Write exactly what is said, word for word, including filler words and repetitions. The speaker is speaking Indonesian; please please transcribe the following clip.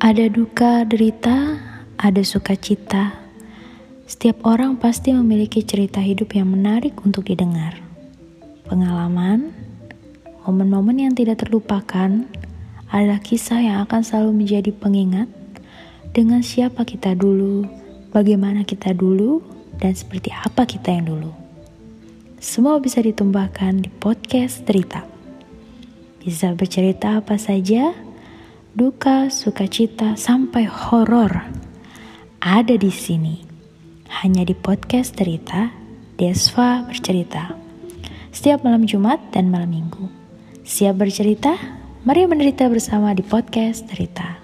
Ada duka, derita, ada sukacita. Setiap orang pasti memiliki cerita hidup yang menarik untuk didengar. Pengalaman, momen-momen yang tidak terlupakan adalah kisah yang akan selalu menjadi pengingat dengan siapa kita dulu, bagaimana kita dulu, dan seperti apa kita yang dulu. Semua bisa ditumbahkan di podcast Cerita. Bisa bercerita apa saja, duka, sukacita, sampai horor ada di sini. Hanya di podcast Cerita, Desva bercerita. Setiap malam Jumat dan malam Minggu. Siap bercerita? Mari menderita bersama di podcast Cerita.